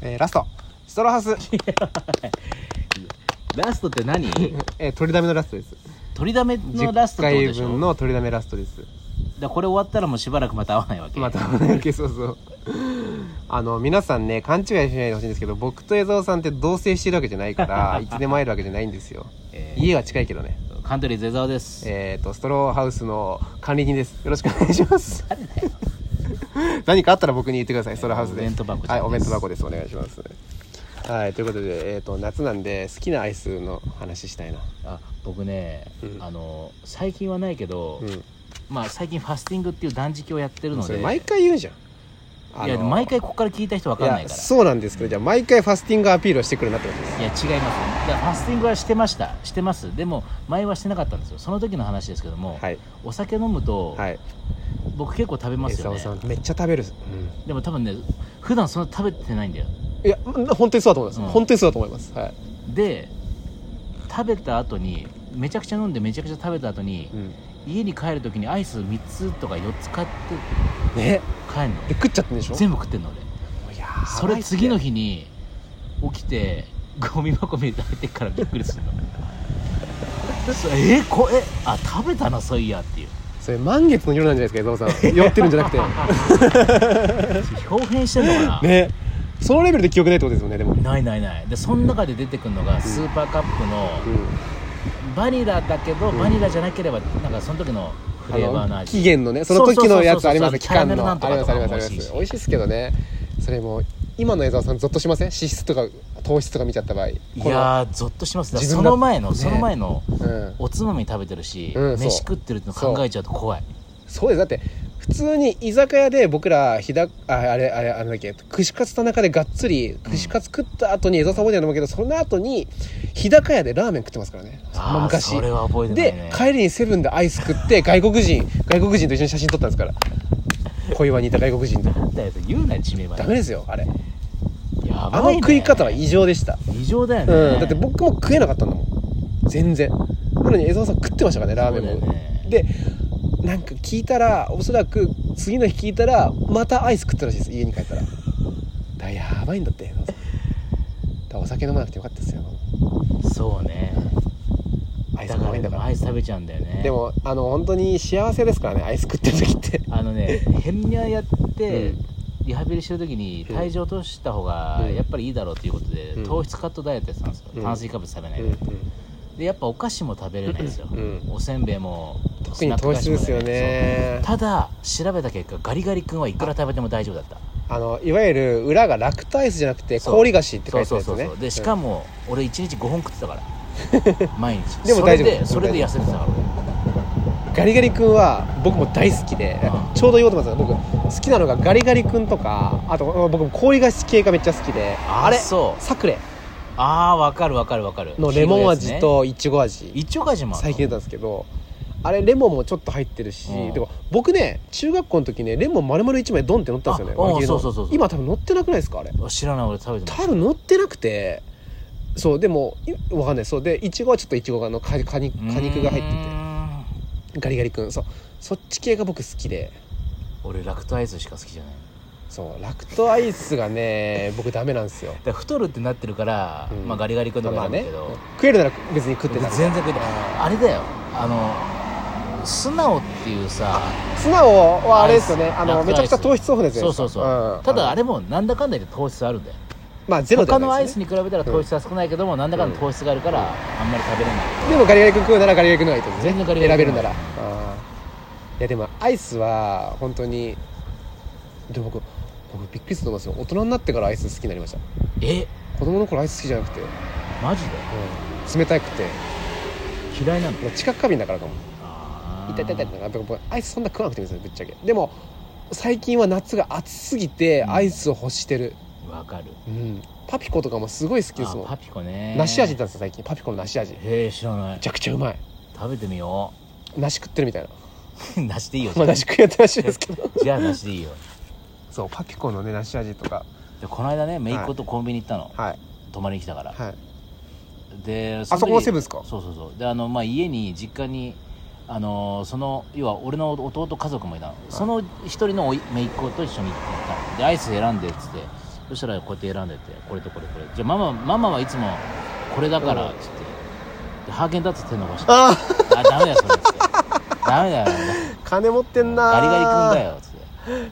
ラストストローハウスラストって何？ 取りだめのラストです。 取りだめのラストってことでしょ。 10回分の取りだめラストです。 だこれ終わったらもうしばらくまた会わないわけ。 また会わないわけ。そうそう皆さんね勘違いしないでほしいんですけど、僕と江澤さんって同棲してるわけじゃないからいつでも会えるわけじゃないんですよ。家は近いけどね。 カントリーズ江澤です。 ストローハウスの管理人です。よろしくお願いします。誰だよ何かあったら僕に言ってください。ストローハウスで。 お弁当箱です。 はい、お弁当箱です。お願いします。はい、ということで、夏なんで好きなアイスの話したいな。 僕ね、最近はないけど、まあ最近ファスティングっていう断食をやってるので。それ毎回言うじゃん。 いや毎回ここから聞いた人分かんないから。 そうなんですけど、じゃあ毎回ファスティングアピールをしてくるなってことです。 いや違います。ファスティングはしてます。でも前はしてなかったんですよ。その時の話ですけども、お酒飲むと、僕結構食べますよね。 めっちゃ食べる、 でも多分ね普段そんな食べてないんだよ。 いや本当にそうだと思います、本当にそうだと思います。 で食べた後にめちゃくちゃ飲んでめちゃくちゃ食べた後に、家に帰る時にアイス3つとか4つ買って帰んので食っちゃってんでしょ。 全部食ってんの俺。それ次の日に起きてゴミ箱見て入ってからびっくりするの食べたなそういやっていう。 それ満月の夜なんじゃないですか江澤さん。酔ってるんじゃなくて表変してんのかなね。そのレベルで記憶ないってことですよね。でもないでその中で出てくるのがスーパーカップのバニラだけど、バニラじゃなければなんかその時のフレーバーの味、 期限のね、その時のやつあります。 期間のあります。美味しいですけどね。それも今の江澤さんゾッとしません？脂質とか糖質とか見ちゃった場合。いやゾッとします。その前のおつまみ食べてるし、飯食ってるっての考えちゃうと怖い。 そうです。だって普通に居酒屋で僕らあれなんだっけ、串カツ田中でがっつり串カツ食った後に江澤さん覚えてると思うけど、その後に日高屋でラーメン食ってますからね。昔それは覚えてないね。 で帰りにセブンでアイス食って外国人と一緒に写真撮ったんですから。小岩にいた外国人と。 言うな地名まで。 ダメですよあれ。 やばいね。 食い方は異常でした。 異常だよね。 だって僕も食えなかったんだもん全然。なのに江澤さん食ってましたからねラーメンも。でなんか聞いたら、おそらく次の日聞いたらまたアイス食ったらしいです。家に帰ったらやばいんだって。だお酒飲まなくてよかったですよ。 そうね。 アイス可愛いんだから。 アイス食べちゃうんだよね。 でも本当に幸せですからねアイス食ってる時って。 ヘルニアやって、リハビリしてる時に体重落とした方がやっぱりいいだろうということで、糖質カットダイエットやってたんですよ。炭水化物食べないで、やっぱお菓子も食べれないんですよ。おせんべいも特に糖質ですよね。 ただ調べた結果ガリガリ君はいくら食べても大丈夫だった。 いわゆる裏がラクトアイスじゃなくて氷菓子って書いてあるんですよね。 でしかも俺1日5本食ってたから毎日でも大丈夫。 それで痩せてたからガリガリ君は僕も大好きで、ちょうど言おうと思ってます。僕好きなのがガリガリ君とか、あと僕も氷菓子系がめっちゃ好きで、サクレわかるのレモン味といちご味も最近出たんですけど、あれレモンもちょっと入ってるし、でも僕ね中学校の時ねレモン丸々1枚ドンって乗ったんですよね。 そう今多分乗ってなくないですかあれ。 知らない。俺食べてない。 多分乗ってなくて、そうでもわかんない。そうでいちごはちょっといちごが果肉が入ってて、ガリガリ君そっち系が僕好きで。 俺ラクトアイスしか好きじゃない。 そうラクトアイスがね僕ダメなんですよ。 だ太るってなってるから、ガリガリ君とかなんだけど、 食えるなら別に食ってた。 全然食えない。あれだよ素直っていうさ。 素直はあれですよね。めちゃくちゃ糖質オフですよね。 そう、ただあれもなんだかんだで糖質あるんだよ。 ゼロではないですね。 他のアイスに比べたら糖質は少ないけども、なんだかんだ糖質があるからあんまり食べれない。 でもガリガリ君食うならガリガリ君のがいいと思う。 全然ガリガリ選べるなら。いやでもアイスは本当にでも僕びっくりすると思いますよ。大人になってからアイス好きになりました。子供の頃アイス好きじゃなくて。 マジで？ 冷たくて嫌いなの。 知覚過敏だからかも。痛い僕アイスそんな食わなくていいんですよぶっちゃけ。でも最近は夏が暑すぎてアイスを欲してる。 わかる。 パピコとかもすごい好きですもん。 パピコね。 梨味なんですよ最近。パピコの梨味。 知らない。 めちゃくちゃうまい。 食べてみよう。梨食ってるみたいな。 梨でいいよ。 梨食いやってらっしゃるんですけどじゃあ梨でいいよ。 そうパピコのね梨味とかでこの間ね姪っ子とコンビニ行ったの。泊まりに来たから。でそこのセブンですか？ そうで家に実家に要は俺の弟家族もいたの。その一人の姪っ子と一緒に行ったのでアイス選んでっつってそしたらこうやって選んでて、これとこれこれ、じゃあママはいつもこれだからっつって、でハーゲンダッツ手伸ばして、あダメだよそれっつって、ダメだよ金持ってんな。 ガリガリ君だよっつって、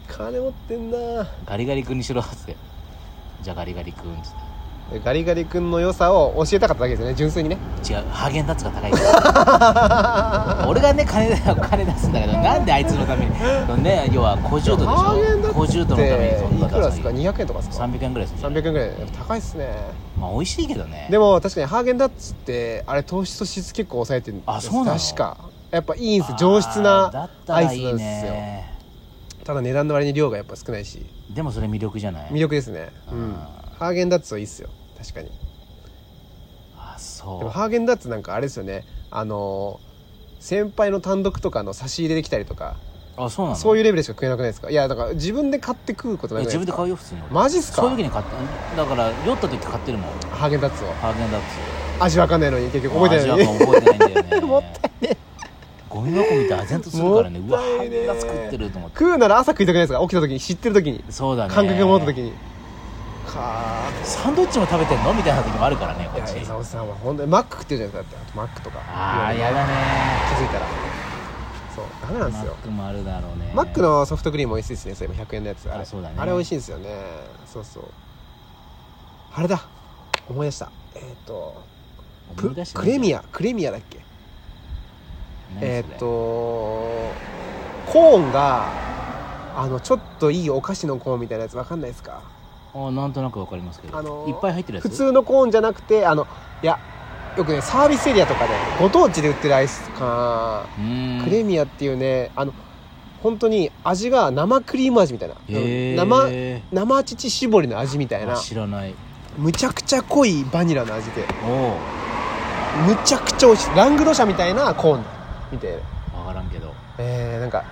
金持ってんな。 ガリガリ君にしろっつって、じゃあガリガリ君っつって、 ガリガリ君の良さを教えたかっただけですよね、純粋にね。 違う、ハーゲンダッツが高いから俺がね金出すんだけど、なんであいつのためにね、要は小獣度でしハーゲンダょ、小獣度のためにそんないくらですか？200円とかですか ？300円ぐらいする。 300円ぐらい。高いっすね。 まあ美味しいけどね。 でも確かにハーゲンダッツってあれ糖質と脂質結構抑えてるんです。 あ、そうなの？ 確かやっぱいいんですよ、上質なアイスなんですよ。ただ値段の割に量がやっぱ少ないし、 でもそれ魅力じゃない？ 魅力ですね。ハーゲンダッツはいいっすよ、確かに。 そう。 でもハーゲンダッツなんかあれですよね、先輩の単独とかの差し入れできたりとか、 あ、そうなの？ そういうレベルしか食えなくないですか？いやだから自分で買って食うことないじゃないですか。 自分で買うよ普通に。 マジっすか？ そういう時に買っただから、酔った時買ってるもん、 ハーゲンダッツを。 ハーゲンダッツ味わかんないのに結局覚えてないのに。 味わかん覚えてないんだよねもったいね。 ゴミ箱見てあぜんとするからね、うわハーゲンダッツ食ってると思って。 食うなら朝食いたくないですか？起きた時に、知ってる時に。 そうだね、 感覚が戻った時にサンドイッチも食べてんのみたいな時もあるからね、こっち。 いや、伊沢さんは本当にマック食ってるじゃないですか。だってマックとか。 ああ、やだね。 気づいたらそうダメなんですよ。 マックもあるだろうね。 マックのソフトクリーム美味しいですね。それ100円のやつ。あれ、 そうだね、 あれ美味しいんですよね。そうそう、あれだ、思い出した。クレミアだっけ？コーンがちょっといいお菓子のコーンみたいなやつ、わかんないですか？ なんとなくわかりますけど、いっぱい入ってるやつ。 普通のコーンじゃなくて、いやよくねサービスエリアとかでご当地で売ってるアイスかな。クレミアっていうね、本当に味が生クリーム味みたいな、生乳搾りの味みたいな。 知らない。 むちゃくちゃ濃いバニラの味で、むちゃくちゃ美味しい。ラングドシャみたいなコーンみたいな。 分からんけど、 なんか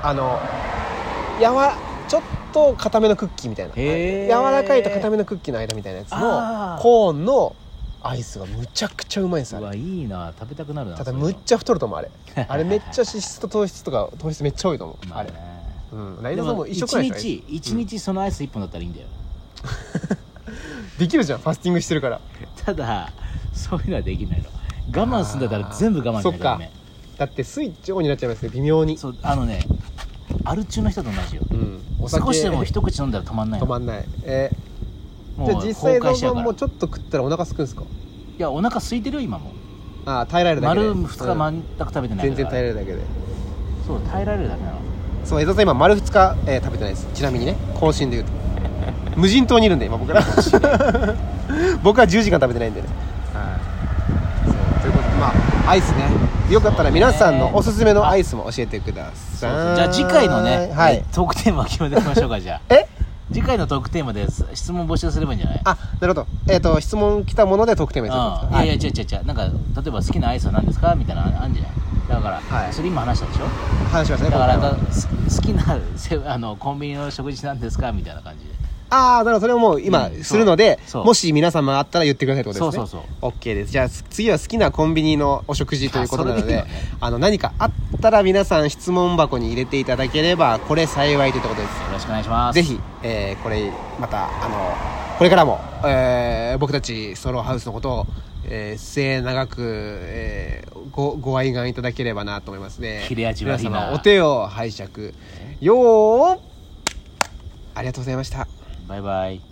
ちょっと固めのクッキーみたいな、柔らかいと固めのクッキーの間みたいなやつのコーンのアイスがむちゃくちゃうまいんですよ。 うわ、いいな、食べたくなるな。 ただむっちゃ太ると思うあれあれめっちゃ脂質と糖質めっちゃ多いと思う、あれ。ライドさんも一緒くらいですか？ 1日そのアイス1本だったらいいんだよできるじゃん、ファスティングしてるから。 ただそういうのはできないの。我慢するんだったら全部我慢しなきゃダメ。 だってスイッチオンになっちゃいますよ、微妙に。 そう、アル中の人と同じよ、少しでも一口飲んだら止まんないの。 止まんない。じゃあ実際ゾウさんもちょっと食ったらお腹空くんですか？ いや、お腹空いてるよ今も。 耐えられるだけで。 丸2日全く食べてないから。 全然耐えられるだけで。 そう、耐えられるだけなの。 そう、江戸さん今丸2日、食べてないです。ちなみにね、更新で言うと無人島にいるんで今僕ら僕は10時間食べてないんでね。そうということで、アイスね、よかったら皆さんのおすすめのアイスも教えてください。 じゃあ次回のね、トークテーマを決めていきましょうか。じゃあ次回のトークテーマで質問募集すればいいんじゃない？ なるほど。質問来たものでトークテーマにするんですか？ いや違う、なんか例えば好きなアイスは何ですかみたいなあんじゃない。だから、それ今話したでしょ。 話しましたね。 だから好きなコンビニの食事なんですかみたいな感じで。 なるほど。それをもう今するので、もし皆様あったら言ってくださいってことですね。そう OK です。じゃあ次は好きなコンビニのお食事ということなので、何かあったら皆さん質問箱に入れていただければこれ幸いということです。 よろしくお願いします。 ぜひ、これまたこれからも、僕たちソロハウスのことを、末永く、ご愛願いただければなと思いますね。 切れ味悪いな。 皆様お手を拝借よー。ありがとうございました。 バイバイ。